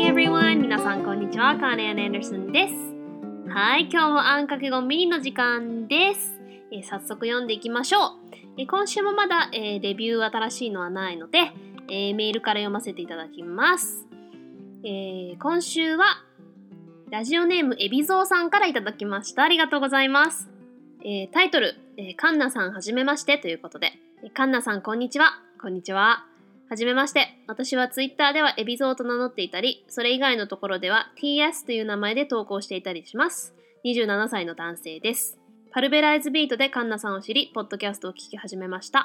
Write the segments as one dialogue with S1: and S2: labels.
S1: everyone! 皆さんこんにちは、カーネアン・アンダーソンです。はい、今日もあんかけごミニの時間です。早速読んでいきましょう。今週もまだ、レビュー新しいのはないので、メールから読ませていただきます。今週はラジオネームエビゾーさんからいただきました。ありがとうございます。タイトル、カンナさんはじめましてということで、カンナさんこんにちは。こんにちは。はじめまして。私はツイッターではエビゾーと名乗っていたり、それ以外のところでは TS という名前で投稿していたりします。27歳の男性です。パルベライズビートでカンナさんを知り、ポッドキャストを聞き始めました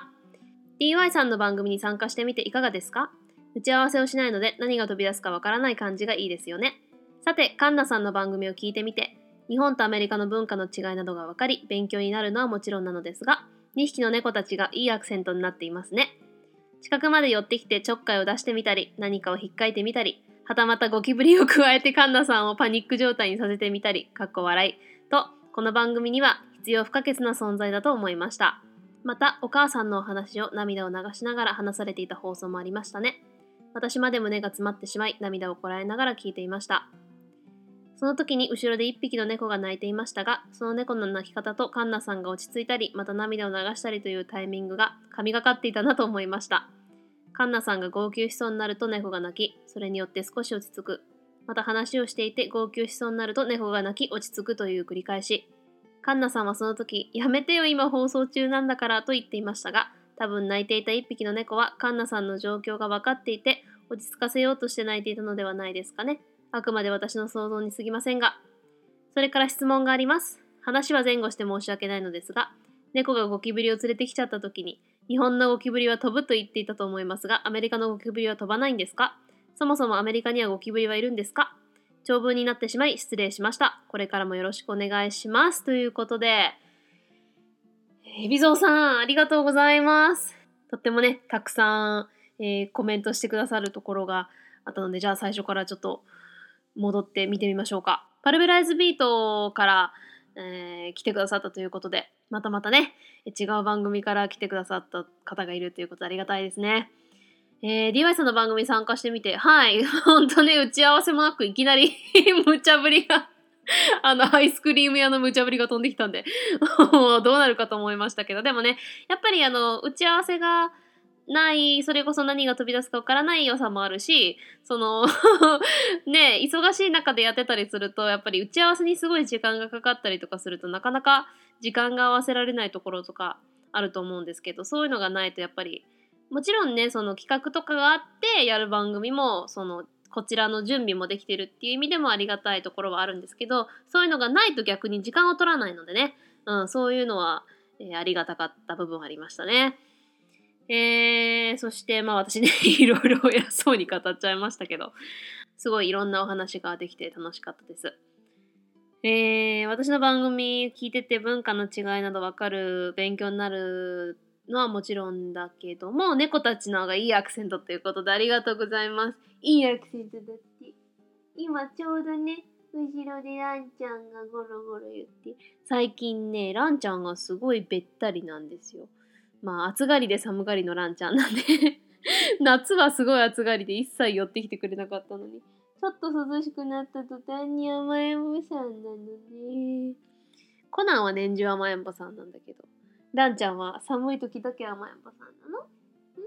S1: 。DY さんの番組に参加してみていかがですか？打ち合わせをしないので何が飛び出すかわからない感じがいいですよね。さて、カンナさんの番組を聞いてみて、日本とアメリカの文化の違いなどが分かり、勉強になるのはもちろんなのですが、2匹の猫たちがいいアクセントになっていますね。近くまで寄ってきてちょっかいを出してみたり、何かを引っかいてみたり、はたまたゴキブリを加えてカンナさんをパニック状態にさせてみたり、かっこ笑いと、この番組には必要不可欠な存在だと思いました。また、お母さんのお話を涙を流しながら話されていた放送もありましたね。私まで胸が詰まってしまい、涙をこらえながら聞いていました。その時に後ろで一匹の猫が鳴いていましたが、その猫の鳴き方とカンナさんが落ち着いたり、また涙を流したりというタイミングが神がかっていたなと思いました。カンナさんが号泣しそうになると猫が泣き、それによって少し落ち着く。また話をしていて号泣しそうになると猫が泣き落ち着くという繰り返し。カンナさんはその時、やめてよ今放送中なんだからと言っていましたが、多分泣いていた一匹の猫はカンナさんの状況が分かっていて、落ち着かせようとして泣いていたのではないですかね。あくまで私の想像に過ぎませんが。それから質問があります。話は前後して申し訳ないのですが、猫がゴキブリを連れてきちゃった時に、日本のゴキブリは飛ぶと言っていたと思いますが、アメリカのゴキブリは飛ばないんですか？そもそもアメリカにはゴキブリはいるんですか？長文になってしまい失礼しました。これからもよろしくお願いします。ということで、エビゾウさん、ありがとうございます。とってもね、たくさん、コメントしてくださるところがあったので、じゃあ最初からちょっと戻って見てみましょうか。パルベライズビートから、来てくださったということで、またまたね、違う番組から来てくださった方がいるということでありがたいですね。DY さんの番組に参加してみて、はい、ほんとね、打ち合わせもなくいきなり無茶ぶりがアイスクリーム屋の無茶ぶりが飛んできたんでどうなるかと思いましたけど、でもね、やっぱり打ち合わせがない、それこそ何が飛び出すかわからない良さもあるし、ね、忙しい中でやってたりすると、やっぱり打ち合わせにすごい時間がかかったりとかするとなかなか時間が合わせられないところとかあると思うんですけど、そういうのがないとやっぱり、もちろんね、その企画とかがあってやる番組も、こちらの準備もできてるっていう意味でもありがたいところはあるんですけど、そういうのがないと逆に時間を取らないのでね、そういうのは、ありがたかった部分はありましたね。そして私ねいろいろ偉そうに語っちゃいましたけど、すごいいろんなお話ができて楽しかったです。私の番組聞いてて文化の違いなどわかる、勉強になるのはもちろんだけども、猫たちの方がいいアクセントということでありがとうございます。いいアクセントだって。今ちょうどね、後ろでランちゃんがゴロゴロ言って、最近ね、ランちゃんがすごいべったりなんですよ。暑がりで寒がりのランちゃんなんで夏はすごい暑がりで一切寄ってきてくれなかったのに、ちょっと涼しくなった途端に甘えん坊さんなのね。コナンは年中甘えん坊さんなんだけど、ランちゃんは寒い時だけ甘えん坊さんなの？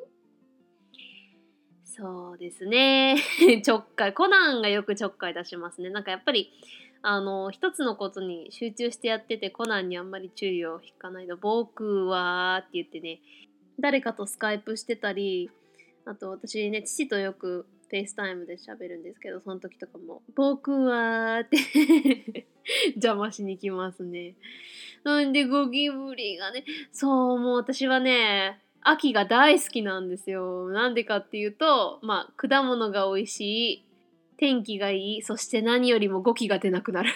S1: そうですねちょっかい、コナンがよくちょっかい出しますね。なんかやっぱり一つのことに集中してやってて、コナンにあんまり注意を引かないと、僕はって言ってね、誰かとスカイプしてたり、あと私ね、父とよくフェイスタイムで喋るんですけど、その時とかも僕はって邪魔しに来ますね。なんでゴキブリがね、そう、もう私はね、秋が大好きなんですよ。なんでかっていうと、果物が美味しい、天気がいい、そして何よりもゴキが出なくなる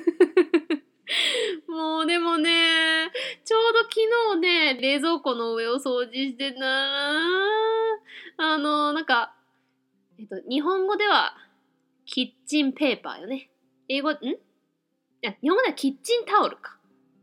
S1: もうでもね、ちょうど昨日ね、冷蔵庫の上を掃除してたら、なんか、日本語ではキッチンペーパーよね。英語、いや、日本語ではキッチンタオルか。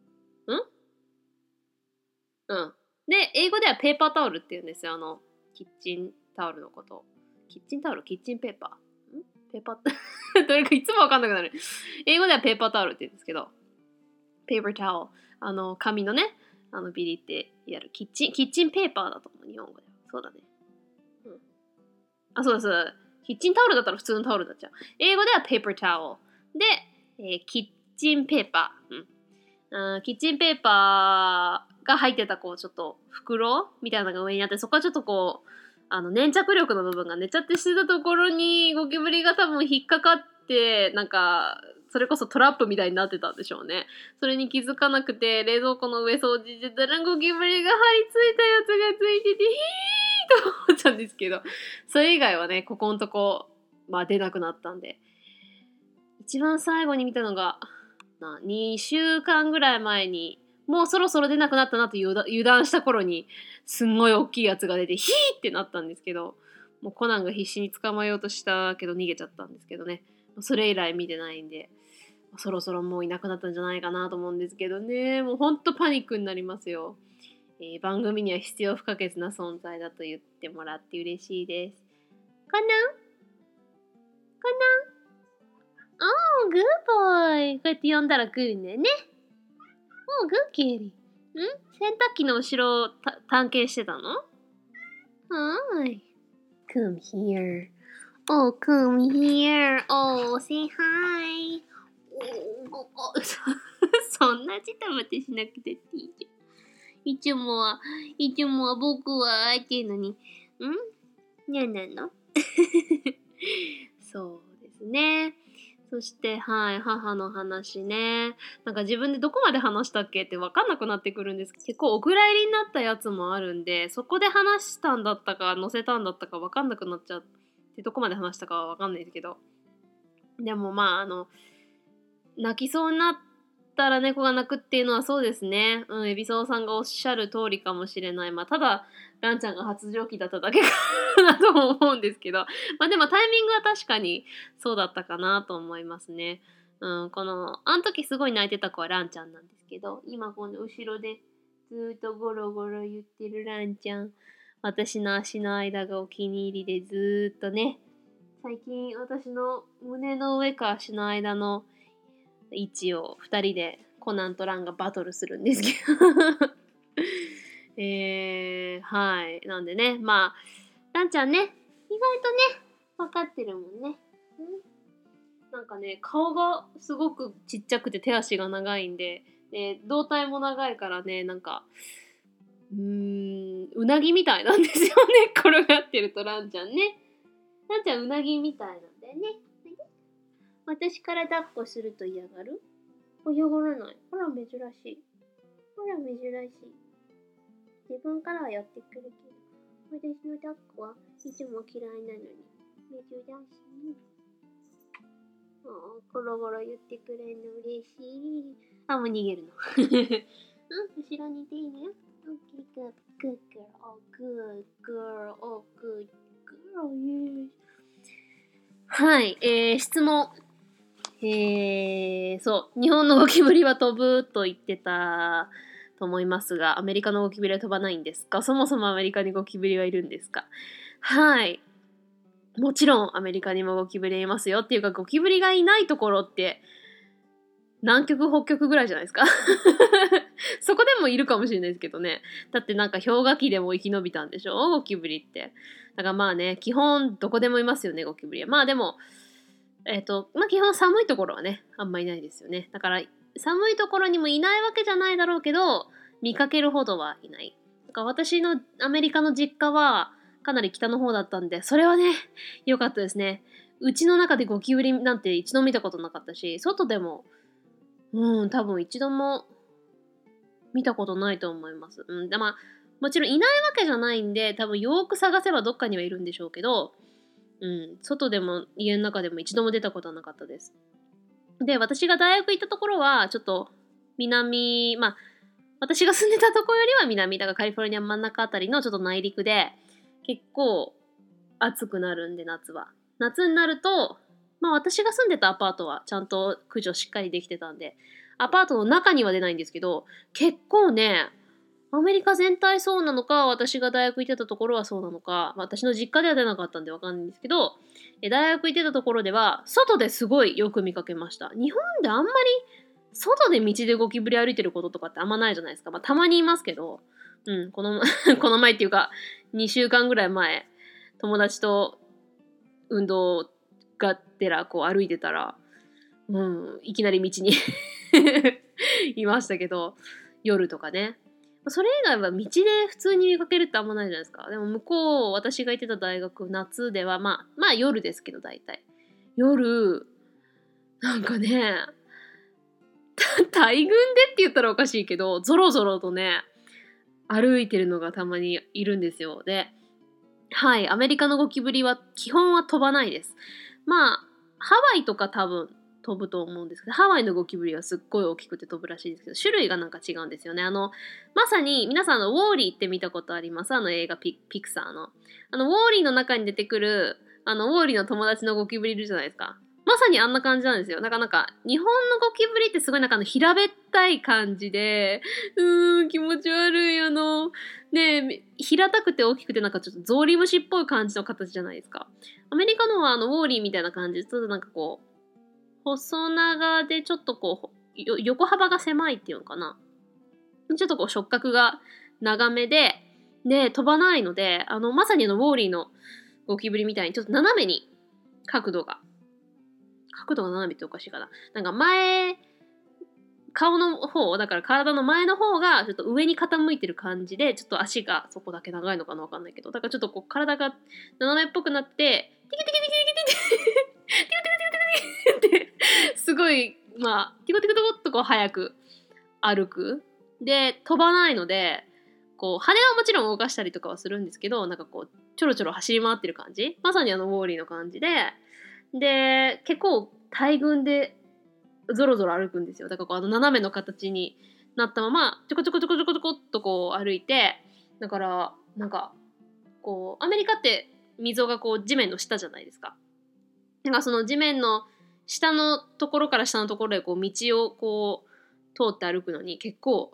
S1: うん。で、英語ではペーパータオルって言うんですよ。キッチンタオルのこと。キッチンタオル、キッチンペーパー。 ペーパー、どれかいつもわかんなくなる。英語ではペーパータオルって言うんですけど、ペーパータオル。紙のね、ビリってやる。キッチンペーパーだと思う、日本語では。そうだね。うん。あ、そうです。キッチンタオルだったら普通のタオルだっちゃう。英語ではペーパータオル。で、キッチンペーパー。キッチンペーパーが入ってたこうちょっと袋みたいなのが上にあって、そこはちょっとこう粘着力の部分が寝ちゃってしてたところにゴキブリが多分引っかかってなんかそれこそトラップみたいになってたんでしょうね。それに気づかなくて冷蔵庫の上掃除してたらゴキブリが張り付いたやつがついててヒーと思ったんですけど、それ以外はねここのとこ出なくなったんで、一番最後に見たのが2週間ぐらい前にもうそろそろ出なくなったなと油断した頃にすんごい大きいやつが出てヒーってなったんですけど、もうコナンが必死に捕まえようとしたけど逃げちゃったんですけどね、それ以来見てないんでそろそろもういなくなったんじゃないかなと思うんですけどね。もうほんとパニックになりますよ。番組には必要不可欠な存在だと言ってもらって嬉しいです。コナンおー、グッボーイ。こうやって呼んだら来るんだよね。おー、グッキーリ。洗濯機の後ろを探検してたの？はーい。Come here. Oh, come here. Oh, say hi. そんなジタバタしなくていいじゃん。いつもは僕はっていうのに、何なの？そうですね。そして、母の話ね。なんか自分でどこまで話したっけって分かんなくなってくるんですけど、結構お蔵入りになったやつもあるんで、そこで話したんだったか、載せたんだったか分かんなくなっちゃって、どこまで話したかは分かんないですけど。でも泣きそうになったら猫が泣くっていうのはそうですね。海老蔵さんがおっしゃる通りかもしれない。ただ、ランちゃんが発情期だっただけかなとも思うんですけど。でもタイミングは確かにそうだったかなと思いますね。あの時すごい泣いてた子はランちゃんなんですけど、今この後ろでずっとゴロゴロ言ってるランちゃん。私の足の間がお気に入りでずっとね、最近私の胸の上か足の間の位置を2人でコナンとランがバトルするんですけどはい。なんでね、ランちゃんね、意外とね、分かってるもんね。なんかね、顔がすごくちっちゃくて手足が長いんで、胴体も長いからね、なんか、うなぎみたいなんですよね、転がってるとランちゃんね。ランちゃんうなぎみたいなんだよね。私から抱っこすると嫌がる？嫌がらない。ほら珍しい。自分からはやってくるけど、私の抱っこはいつも嫌いなのに珍しい。ゴロゴロ言ってくれるの嬉しい。もう逃げるの。後ろにいていいね。Good girl. Oh, good girl. Yes. はい、質問。そう。日本のゴキブリは飛ぶと言ってたと思いますが、アメリカのゴキブリは飛ばないんですか？そもそもアメリカにゴキブリはいるんですか？はい。もちろんアメリカにもゴキブリいますよっていうか、ゴキブリがいないところって南極北極ぐらいじゃないですかそこでもいるかもしれないですけどね。だってなんか氷河期でも生き延びたんでしょ、ゴキブリって。だから基本どこでもいますよね、ゴキブリは。でも基本寒いところはね、あんまいないですよね。だから寒いところにもいないわけじゃないだろうけど、見かけるほどはいない。だから私のアメリカの実家はかなり北の方だったんで、それはね、良かったですね。うちの中でゴキブリなんて一度見たことなかったし、外でも、多分一度も見たことないと思います。もちろんいないわけじゃないんで、多分よーく探せばどっかにはいるんでしょうけど、外でも家の中でも一度も出たことはなかったです。で、私が大学行ったところは、ちょっと南、私が住んでたところよりは南、だからカリフォルニア真ん中あたりのちょっと内陸で、結構暑くなるんで、夏は。夏になると、私が住んでたアパートはちゃんと駆除しっかりできてたんで、アパートの中には出ないんですけど、結構ね、 アメリカ全体そうなのか、私が大学行ってたところはそうなのか、私の実家では出なかったんでわかんないんですけど、大学行ってたところでは、外ですごいよく見かけました。日本であんまり外で道でゴキブリ歩いてることとかってあんまないじゃないですか。たまにいますけど、このこの前っていうか、2週間ぐらい前、友達と運動がてらこう歩いてたら、いきなり道にいましたけど、夜とかね。それ以外は道で普通に見かけるってあんまないじゃないですか。でも向こう、私が行ってた大学、夏では、まあ夜ですけど、大体。夜、なんかね、大群でって言ったらおかしいけど、ゾロゾロとね、歩いてるのがたまにいるんですよ。で、はい、アメリカのゴキブリは基本は飛ばないです。まあ、ハワイとか多分飛ぶと思うんですけど、ハワイのゴキブリはすっごい大きくて飛ぶらしいんですけど、種類がなんか違うんですよね。まさに皆さんウォーリーって見たことあります？映画ピクサーの。ウォーリーの中に出てくる、ウォーリーの友達のゴキブリいるじゃないですか。まさにあんな感じなんですよ。なんか、日本のゴキブリってすごい平べったい感じで、気持ち悪い、ね、平たくて大きくてちょっとゾウリムシっぽい感じの形じゃないですか。アメリカのはウォーリーみたいな感じで、ちょっとこう、細長でちょっとこう、横幅が狭いっていうのかな。ちょっとこう触覚が長めで、飛ばないので、まさにウォーリーのゴキブリみたいにちょっと斜めに角度が斜めっておかしいかな。顔の方、だから体の前の方がちょっと上に傾いてる感じで、ちょっと足がそこだけ長いのかなわかんないけど、だからちょっとこう体が斜めっぽくなって、ティキティキティキティキティキティキティキティキティキティキティキティって、すごい、ティコティコティコっとこう早く歩く。で、飛ばないので、こう、羽はもちろん動かしたりとかはするんですけど、こう、ちょろちょろ走り回ってる感じ。まさにウォーリーの感じで、で、結構大群でゾロゾロ歩くんですよ。だからこう斜めの形になったまま、ちょこちょこちょこちょこちょこっとこう歩いて、だから、こう、アメリカって溝がこう地面の下じゃないですか。その地面の下のところから下のところでこう道をこう通って歩くのに結構、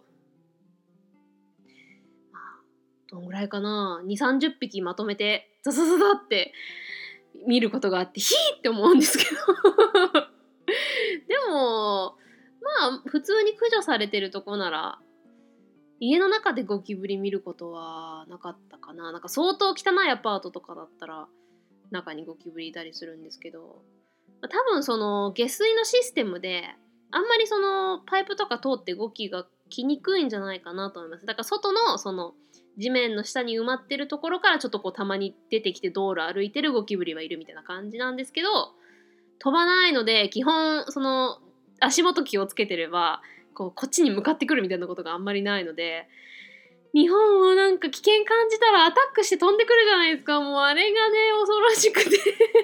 S1: どんぐらいかな、2、30匹まとめてザザザザって見ることがあって、ヒーって思うんですけどでも普通に駆除されてるとこなら家の中でゴキブリ見ることはなかったかな。相当汚いアパートとかだったら中にゴキブリいたりするんですけど、多分その下水のシステムであんまりそのパイプとか通ってゴキが来にくいんじゃないかなと思います。だから外のその地面の下に埋まってるところからちょっとこうたまに出てきて道路歩いてるゴキブリはいるみたいな感じなんですけど、飛ばないので基本その足元気をつけてればこっちに向かってくるみたいなことがあんまりないので、日本は危険感じたらアタックして飛んでくるじゃないですか。もうあれがね恐ろしくて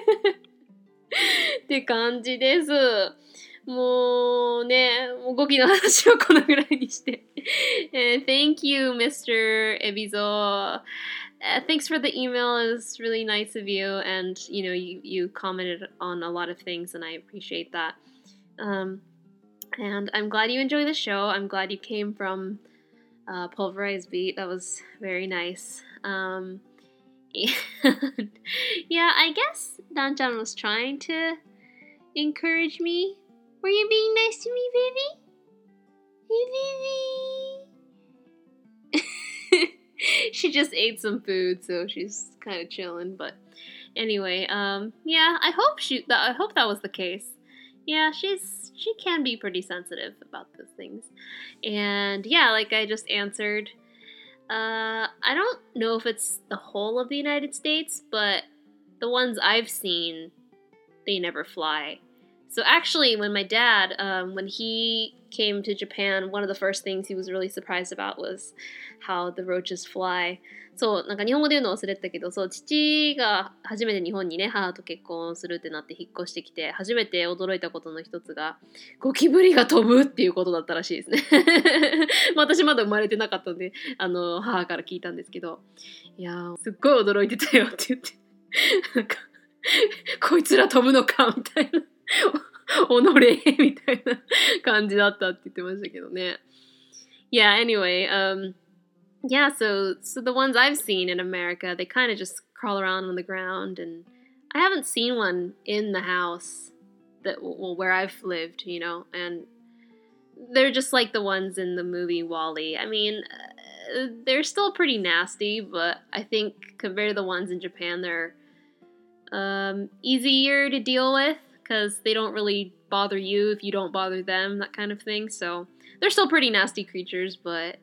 S1: って感じです。もうね、もうゴキの話をこのぐらいにして。Thank you, Mr. Ebizo. Thanks for the email. It was really nice of you, and you commented on a lot of things, and I appreciate that. And I'm glad you enjoy the show. I'm glad you came from Pulverized Beat. That was very nice. And yeah, I guess Dan-chan was trying to encourage me. Were you being nice to me, baby? Hey, baby. She just ate some food, so she's kind of chilling. But anyway, yeah, I hope that was the case. Yeah, she can be pretty sensitive about those things. And yeah, like I just answered, I don't know if it's the whole of the United States, but the ones I've seen, they never fly. So actually, when my dad, when he came to Japan, one of the first things he was really surprised about was how the roaches fly. そう、日本語で言うの忘れてたけど、そう、父が初めて日本にね、母と結婚するってなって引っ越してきて、初めて驚いたことの一つが、ゴキブリが飛ぶっていうことだったらしいですね。私まだ生まれてなかったんで、母から聞いたんですけど、いやー、すっごい驚いてたよって言って、こいつら飛ぶのかみたいな。おのれみたいな感じだったって言ってましたけどね。Yeah, anyway, Yeah, so the ones I've seen in America, they kind of just crawl around on the ground, and I haven't seen one in the house where I've lived, and they're just like the ones in the movie WALL-E. I mean, they're still pretty nasty, but I think compared to the ones in Japan, they're easier to deal with because they don't really bother you if you don't bother them, that kind of thing. So they're still pretty nasty creatures, but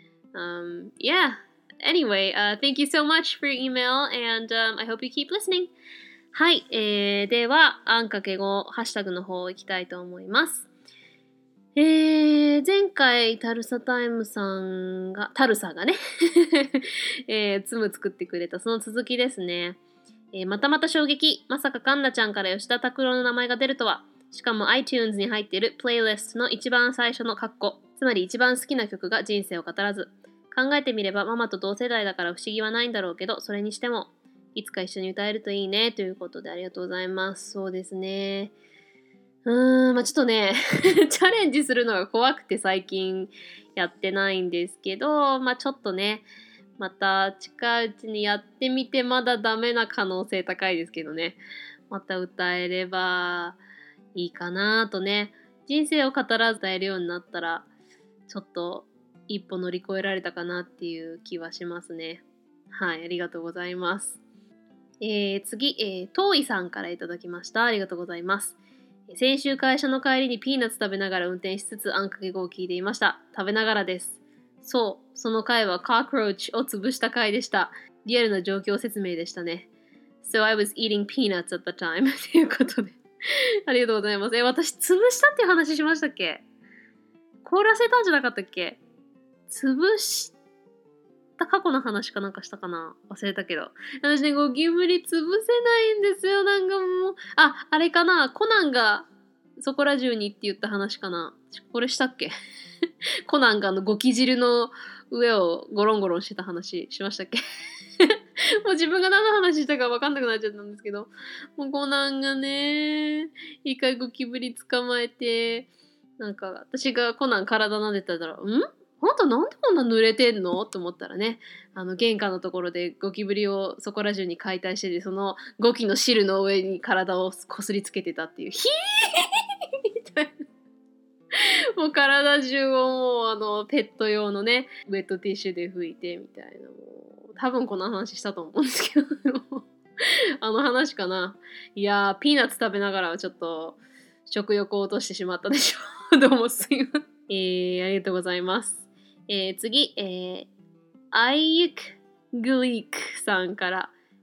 S1: yeah. Anyway, thank you so much for your email, and I hope you keep listening. はい、では、あんかけ語ハッシュタグの方行きたいと思います。前回タルサがね、ツム作ってくれたその続きですね。またまた衝撃。まさかカンナちゃんから吉田拓郎の名前が出るとは。しかも iTunes に入っているプレイリストの一番最初のカッコ。つまり一番好きな曲が人生を語らず。考えてみればママと同世代だから不思議はないんだろうけど、それにしても、いつか一緒に歌えるといいねということでありがとうございます。そうですね。ちょっとね、チャレンジするのが怖くて最近やってないんですけど、ちょっとね、また近いうちにやってみてまだダメな可能性高いですけどね。また歌えればいいかなとね。人生を語らず歌えるようになったら、ちょっと一歩乗り越えられたかなっていう気はしますね。はい、ありがとうございます。次、トーイさんからいただきました。ありがとうございます。先週会社の帰りにピーナッツ食べながら運転しつつあんかけ語を聞いていました。食べながらです。そう、その回はコクローチを潰した回でした。リアルな状況説明でしたね。So I was eating peanuts at the time ということでありがとうございます。私潰したっていう話しましたっけ？凍らせたんじゃなかったっけ？潰した過去の話かなんかしたかな？忘れたけど。私ね、ゴキブリ潰せないんですよ。なんかもう。あれかな？コナンがそこら中にって言った話かな？これしたっけ？コナンがゴキ汁の上をゴロンゴロンしてた話しましたっけ？もう自分が何の話したか分かんなくなっちゃったんですけど、もうコナンがね、一回ゴキブリ捕まえて、なんか私がコナン体撫でたら、あんたなんでこんな濡れてんのって思ったらね、玄関のところでゴキブリをそこら中に解体してて、そのゴキの汁の上に体をこすりつけてたっていう、ヒーみたいな。もう体中をもうペット用のね、ウェットティッシュで拭いてみたいな、もう多分この話したと思うんですけど、話かな。いやー、ピーナッツ食べながらはちょっと食欲を落としてしまったでしょう。どうもすいません。ありがとうございます。次、アイユクグリークさんから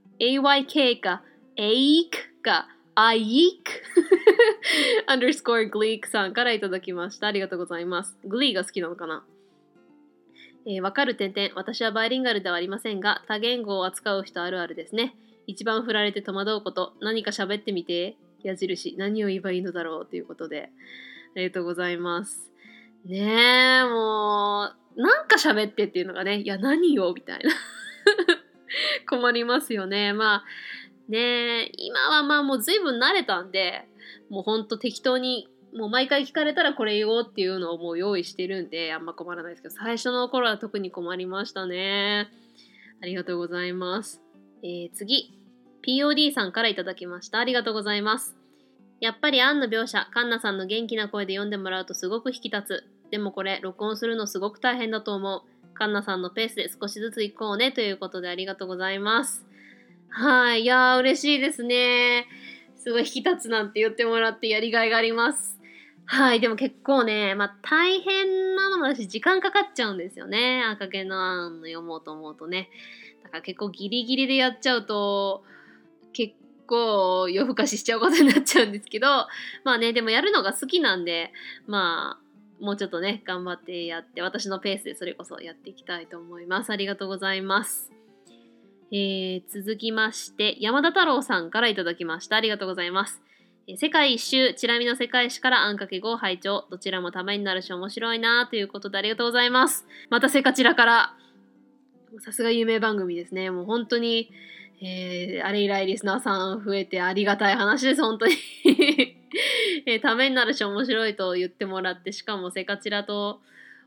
S1: AYK か AIK かアイクアンダースコアグリークさんからいただきました。ありがとうございます。グリーが好きなのかな？わかる点々。私はバイリンガルではありませんが、多言語を扱う人あるあるですね。一番振られて戸惑うこと、何か喋ってみて、矢印、何を言えばいいのだろうということで、ありがとうございます。ねえ、もう、なんか喋ってっていうのがね、いや、何よみたいな。困りますよね。ねえ、今はもう随分慣れたんで、もうほんと適当に、もう毎回聞かれたらこれ言おうっていうのをもう用意してるんで、あんま困らないですけど、最初の頃は特に困りましたね。ありがとうございます。次、POD さんからいただきました。ありがとうございます。やっぱりアンの描写、カンナさんの元気な声で読んでもらうとすごく引き立つ。でもこれ、録音するのすごく大変だと思う。カンナさんのペースで少しずつ行こうねということでありがとうございます。はい、いやー嬉しいですね。すごい引き立つなんて言ってもらってやりがいがあります。はい、でも結構ね、大変なのもだし、時間かかっちゃうんですよね。赤毛のアンの読もうと思うとね。だから結構ギリギリでやっちゃうと、結構夜更かししちゃうことになっちゃうんですけど、でもやるのが好きなんで、もうちょっとね、頑張ってやって、私のペースでそれこそやっていきたいと思います。ありがとうございます。続きまして、山田太郎さんからいただきました。ありがとうございます。世界一周、チラ見の世界史からあんかけ語を拝聴。どちらもためになるし面白いなということでありがとうございます。またセカチラから、さすが有名番組ですね。もう本当に、あれ以来リスナーさん増えてありがたい話です、本当に。ためになるし面白いと言ってもらって、しかもセカチラと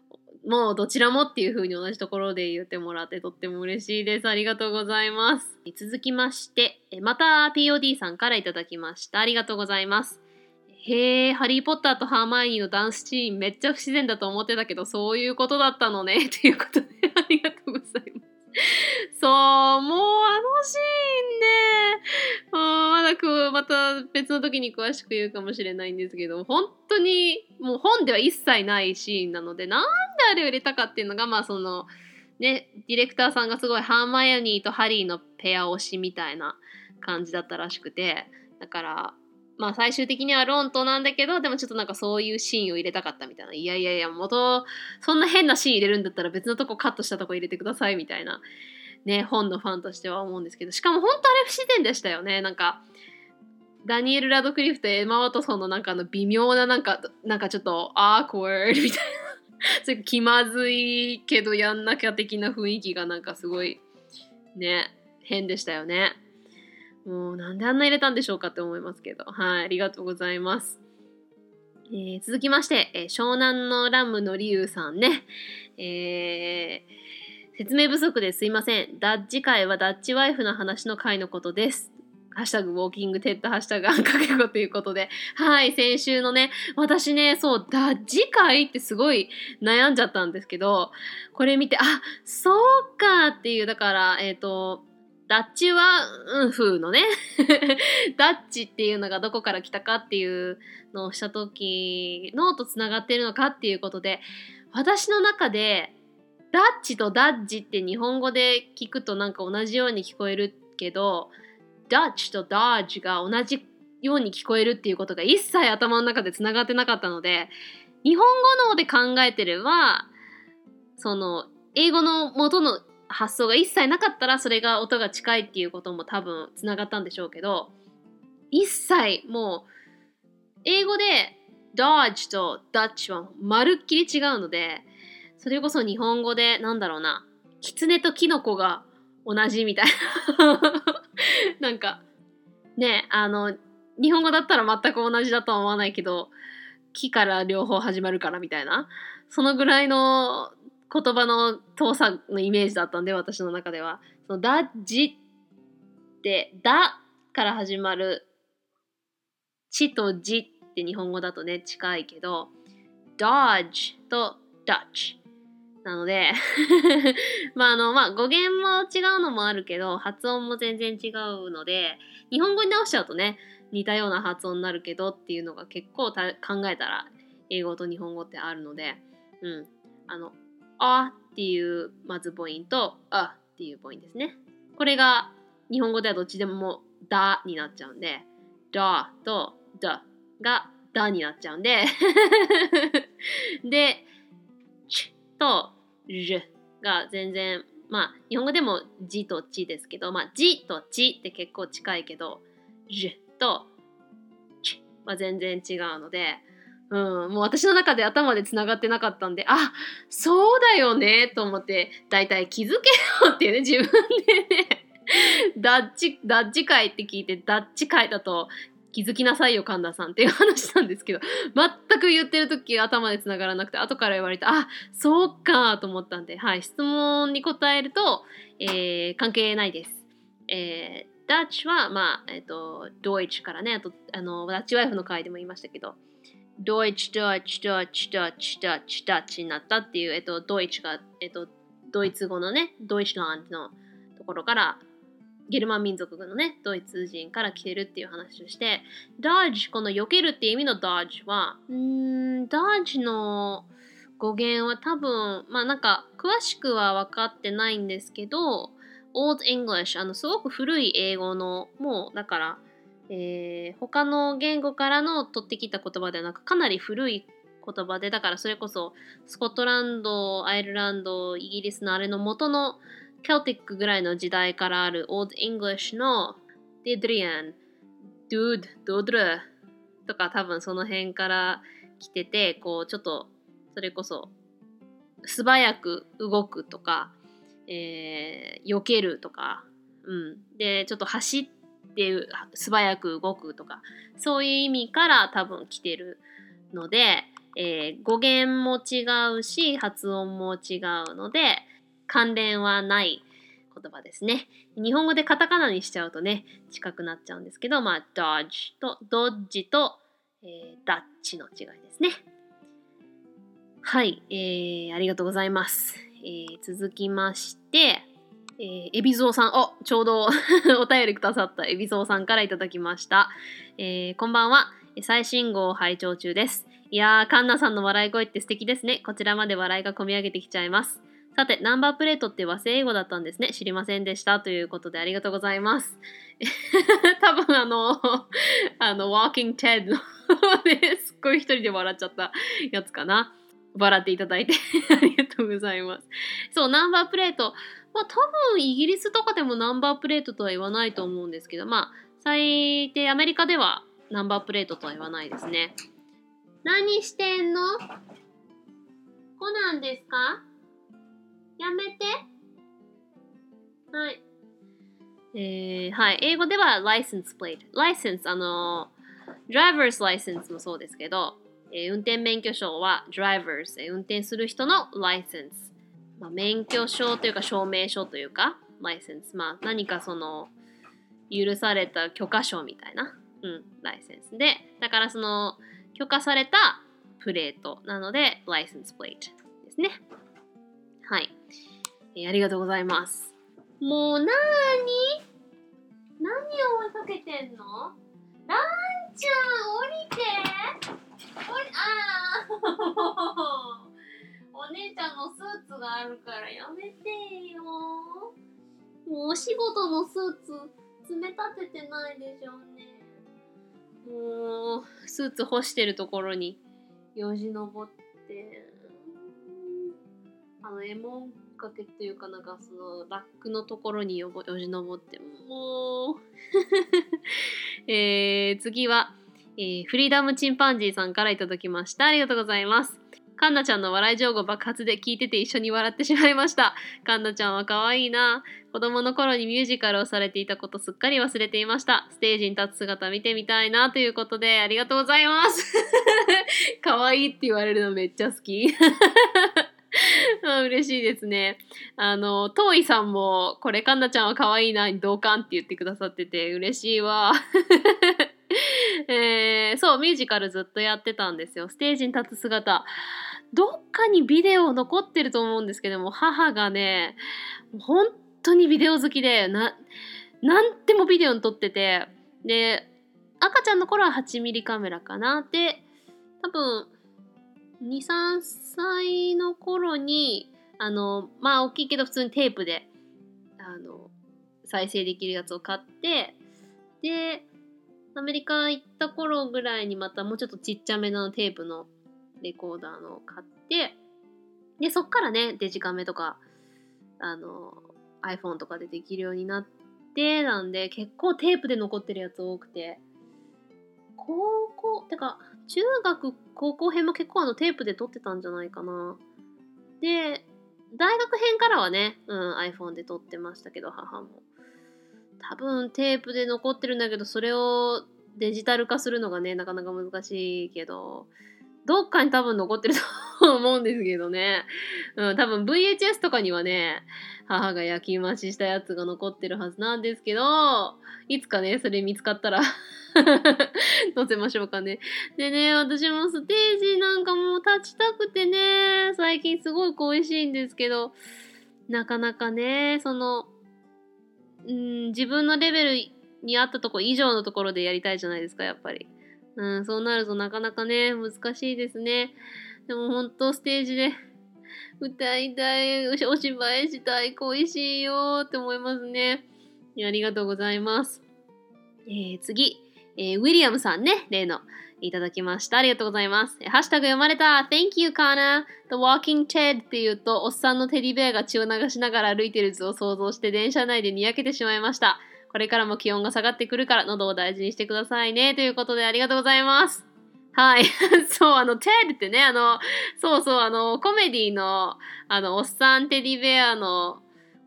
S1: もうどちらもっていう風に同じところで言ってもらってとっても嬉しいです。ありがとうございます。続きまして、また POD さんからいただきました。ありがとうございます。へえ、ハリーポッターとハーマイオニーのダンスシーンめっちゃ不自然だと思ってたけど、そういうことだったのね。ということで、ありがとうございます。そう、もうあのシーンね、また別の時に詳しく言うかもしれないんですけど、本当にもう本では一切ないシーンなので、なんであれを入れたかっていうのが、その、ね、ディレクターさんがすごいハーマイオニーとハリーのペア推しみたいな感じだったらしくて、だから、最終的にはロンとなんだけど、でもちょっとなんかそういうシーンを入れたかったみたいな。いやいやいや、そんな変なシーン入れるんだったら別のとこカットしたとこ入れてくださいみたいな。ね、本のファンとしては思うんですけど、しかも本当あれ不自然でしたよね。なんか、ダニエル・ラドクリフとエマ・ワトソンのなんか微妙ななんかちょっとアークワードみたいな。そういう気まずいけどやんなきゃ的な雰囲気がなんかすごいね、変でしたよね。もうなんであんな入れたんでしょうかって思いますけど。はい、ありがとうございます。続きまして、湘南のラムのリュウさんね。説明不足ですいません。ダッチ会はダッチワイフの話の会のことです。ハッシュタグウォーキングテッドハッシュタグあんかけ語ということで。はい、先週のね、私ね、そう、ダッチ会ってすごい悩んじゃったんですけど、これ見て、そうかっていう、だから、ダッチは、風のね、ダッチっていうのがどこから来たかっていうのをした時のとつながってるのかっていうことで、私の中で、ダッチとダッジって日本語で聞くとなんか同じように聞こえるけど、ダッチとダッジが同じように聞こえるっていうことが一切頭の中でつながってなかったので、日本語ので考えてれば、その英語の元の発想が一切なかったらそれが音が近いっていうことも多分つながったんでしょうけど、一切もう英語でダッジとダッチはまるっきり違うので、それこそ日本語でキツネとキノコが同じみたいななんかね、日本語だったら全く同じだとは思わないけど、木から両方始まるからみたいな、そのぐらいの言葉の遠さのイメージだったんで、私の中では。そのダッジって、ダから始まる、チとジって日本語だとね、近いけど、ダッジとダッチ。なので語源も違うのもあるけど、発音も全然違うので、日本語に直しちゃうとね、似たような発音になるけどっていうのが結構考えたら、英語と日本語ってあるので、あっていうまず母音と、っていう母音ですね。これが日本語ではどっちでもだになっちゃうんで、だとだがだになっちゃうんで、で、ちとじが全然、日本語でもじとちですけど、じとちって結構近いけど、じとちは全然違うので、もう私の中で頭でつながってなかったんで、そうだよねと思って、だいたい気づけよっていうね、自分でね、ダッチ会って聞いて、ダッチ会だと気づきなさいよ神田さんっていう話なんですけど、全く言ってる時頭でつながらなくて、後から言われて、そうかと思ったんで、はい、質問に答えると、関係ないです。ダッチは、ドイツからね、ダッチワイフの回でも言いましたけど、ドイツになったっていう、ドイツが、ドイツ語のね、ドイツランドのところから、ゲルマン民族のね、ドイツ人から来てるっていう話をして、ダッジ、この避けるっていう意味のダッジは、ダッジの語源は多分、詳しくは分かってないんですけど、Old English、すごく古い英語の、もう、だから、他の言語からの取ってきた言葉ではなく、かなり古い言葉で、だからそれこそ、スコットランド、アイルランド、イギリスのあれの元のケルティックぐらいの時代からある Old English のデドリアン、ドゥード、ドドルとか多分その辺から来てて、こうちょっとそれこそ素早く動くとか、避けるとか、でちょっと走って素早く動くとか、そういう意味から多分来てるので、 語源も違うし、発音も違うので、関連はない言葉ですね。日本語でカタカナにしちゃうとね、近くなっちゃうんですけど、dodge と、ドッジと、ダッチの違いですね。はい、ありがとうございます。続きまして、エビゾウさん、ちょうどお便りくださったエビゾウさんからいただきました。こんばんは。最新号を拝聴中です。いやー、カンナさんの笑い声って素敵ですね。こちらまで笑いがこみ上げてきちゃいます。さて、ナンバープレートって和製英語だったんですね。知りませんでした。ということでありがとうございます。多分Walking Ted のすっごい一人で笑っちゃったやつかな。笑っていただいてありがとうございます。そう、ナンバープレート。多分イギリスとかでもナンバープレートとは言わないと思うんですけど、最低アメリカではナンバープレートとは言わないですね。何してんの？コナンですか？やめて。はい。はい。英語では license plate。license、driver's license もそうですけど、運転免許証は drivers、運転する人の license。免許証というか証明書というか、license。何かその、許された許可証みたいな、ライセンスで、だからその、許可されたプレートなので、license plate ですね。はい。ありがとうございます。もう何を追いかけてんの？ランちゃん、降りて。お姉ちゃんのスーツがあるからやめてよ。もうお仕事のスーツ詰め立ててないでしょうね。もうスーツ干してるところによじ登って、エモンかけっていうかなんかそのラックのところによじ登ってもう次は、フリーダムチンパンジーさんからいただきました。ありがとうございます。カンナちゃんの笑い情報爆発で聞いてて一緒に笑ってしまいました。カンナちゃんは可愛いな。子供の頃にミュージカルをされていたことすっかり忘れていました。ステージに立つ姿見てみたいなということでありがとうございます。可愛いって言われるのめっちゃ好き。嬉しいですね。トーイさんもこれカンナちゃんは可愛いなに同感って言ってくださってて嬉しいわ。そう、ミュージカルずっとやってたんですよ。ステージに立つ姿。どっかにビデオ残ってると思うんですけども、母がね、本当にビデオ好きで、なんでもビデオに撮ってて、で、赤ちゃんの頃は8ミリカメラかな。で、多分、2、3歳の頃に、大きいけど普通にテープで、再生できるやつを買って、で、アメリカ行った頃ぐらいにまたもうちょっとちっちゃめのテープのレコーダーのを買って、で、そっからね、デジカメとか、iPhone とかでできるようになって、なんで結構テープで残ってるやつ多くて、中学、高校編も結構テープで撮ってたんじゃないかな。で、大学編からはね、iPhone で撮ってましたけど、母も。多分テープで残ってるんだけど、それをデジタル化するのがね、なかなか難しいけど、どっかに多分残ってると思うんですけどね。多分 VHS とかにはね、母が焼き増ししたやつが残ってるはずなんですけど、いつかね、それ見つかったら載せましょうかね。でね、私もステージなんかもう立ちたくてね、最近すごい恋しいんですけど、なかなかね、自分のレベルに合ったとこ以上のところでやりたいじゃないですか、やっぱり。そうなるとなかなかね、難しいですね。でも本当ステージで歌いたい、お芝居したい、恋しいよって思いますね。ありがとうございます。次、ウィリアムさんね、例のいただきました。ありがとうございます。ハッシュタグ読まれた。Thank you, Kana. The Walking Ted っていうと、おっさんのテディベアが血を流しながら歩いてる図を想像して電車内でにやけてしまいました。これからも気温が下がってくるから喉を大事にしてくださいね。ということでありがとうございます。はい。そう、TED ってね、コメディの、おっさんテディベアの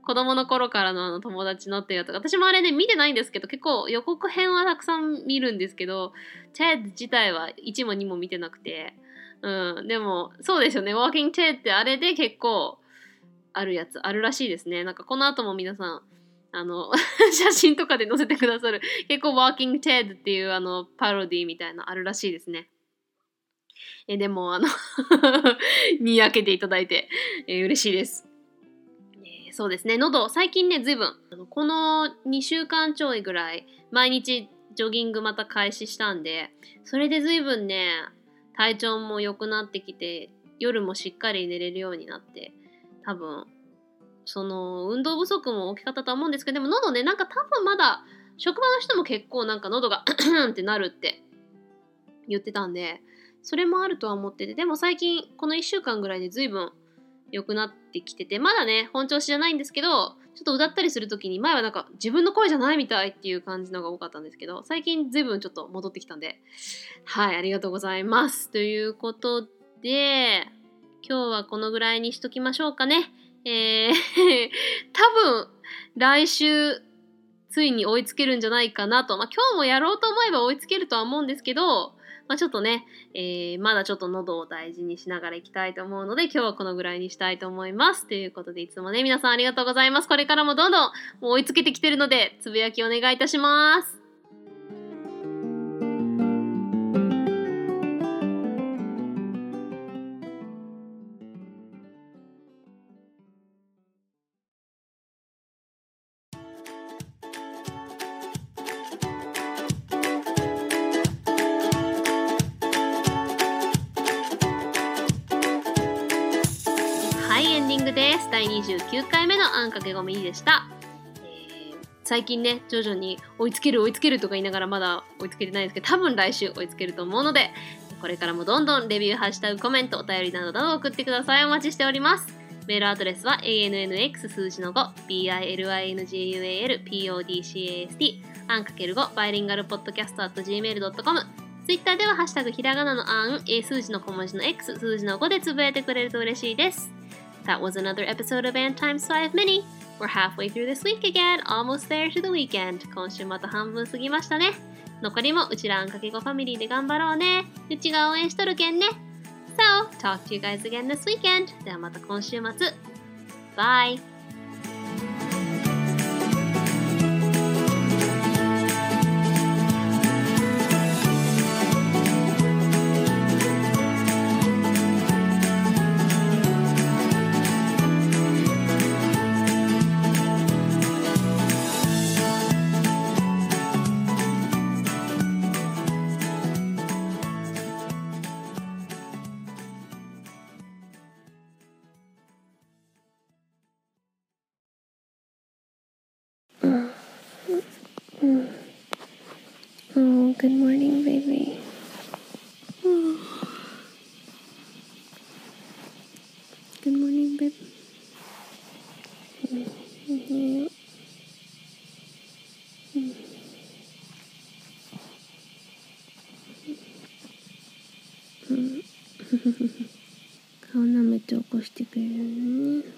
S1: 子供の頃からの友達のっていうやつ、私もあれね見てないんですけど、結構予告編はたくさん見るんですけど、TED 自体は1も2も見てなくて、でもそうですよね、Walking TED ってあれで結構あるやつあるらしいですね。なんかこの後も皆さん写真とかで載せてくださる結構 Walking TED っていうパロディみたいなあるらしいですね。でもにやけていただいて、嬉しいです。そうですね、喉最近ねずいぶんこの2週間ちょいぐらい毎日ジョギングまた開始したんで、それでずいぶんね体調も良くなってきて、夜もしっかり寝れるようになって、多分その運動不足も大きかったとは思うんですけど、でも喉ね、なんか多分まだ職場の人も結構なんか喉がってなるって言ってたんで、それもあるとは思ってて、でも最近この1週間ぐらいで随分良くなってきてて、まだね本調子じゃないんですけど、ちょっと歌ったりする時に前はなんか自分の声じゃないみたいっていう感じのが多かったんですけど、最近随分ちょっと戻ってきたんで、はい、ありがとうございます。ということで今日はこのぐらいにしときましょうかね。多分来週ついに追いつけるんじゃないかなと、今日もやろうと思えば追いつけるとは思うんですけど、ちょっとね、まだちょっと喉を大事にしながらいきたいと思うので、今日はこのぐらいにしたいと思います。ということでいつもね皆さんありがとうございます。これからもどんどんもう追いつけてきてるので、つぶやきお願いいたします。はい、エンディングです。第29回目のあんかけごみでした。最近ね徐々に追いつけるとか言いながらまだ追いつけてないんですけど、多分来週追いつけると思うので、これからもどんどんレビュー、ハッシュタグ、コメント、お便りなどなど送ってください。お待ちしております。メールアドレスは ANNX 数字の5 BILINGUALPODCAST あん×5 バイリンガルポッドキャスト .gmail.com。 ツイッターではハッシュタグひらがなのあん、数字の小文字の X 数字の5でつぶやいてくれると嬉しいです。That was another episode of Ant Times 5 Mini. We're halfway through this week again, almost there to the weekend. 今週また半分過ぎましたね。残りもうちらあんかけごファミリーで頑張ろうね。うちが応援しとるけんね。So, talk to you guys again this weekend. ではまた今週末。Bye!
S2: Oh, good morning, baby. Good morning, babe.顔舐めて起こしてくれるのね。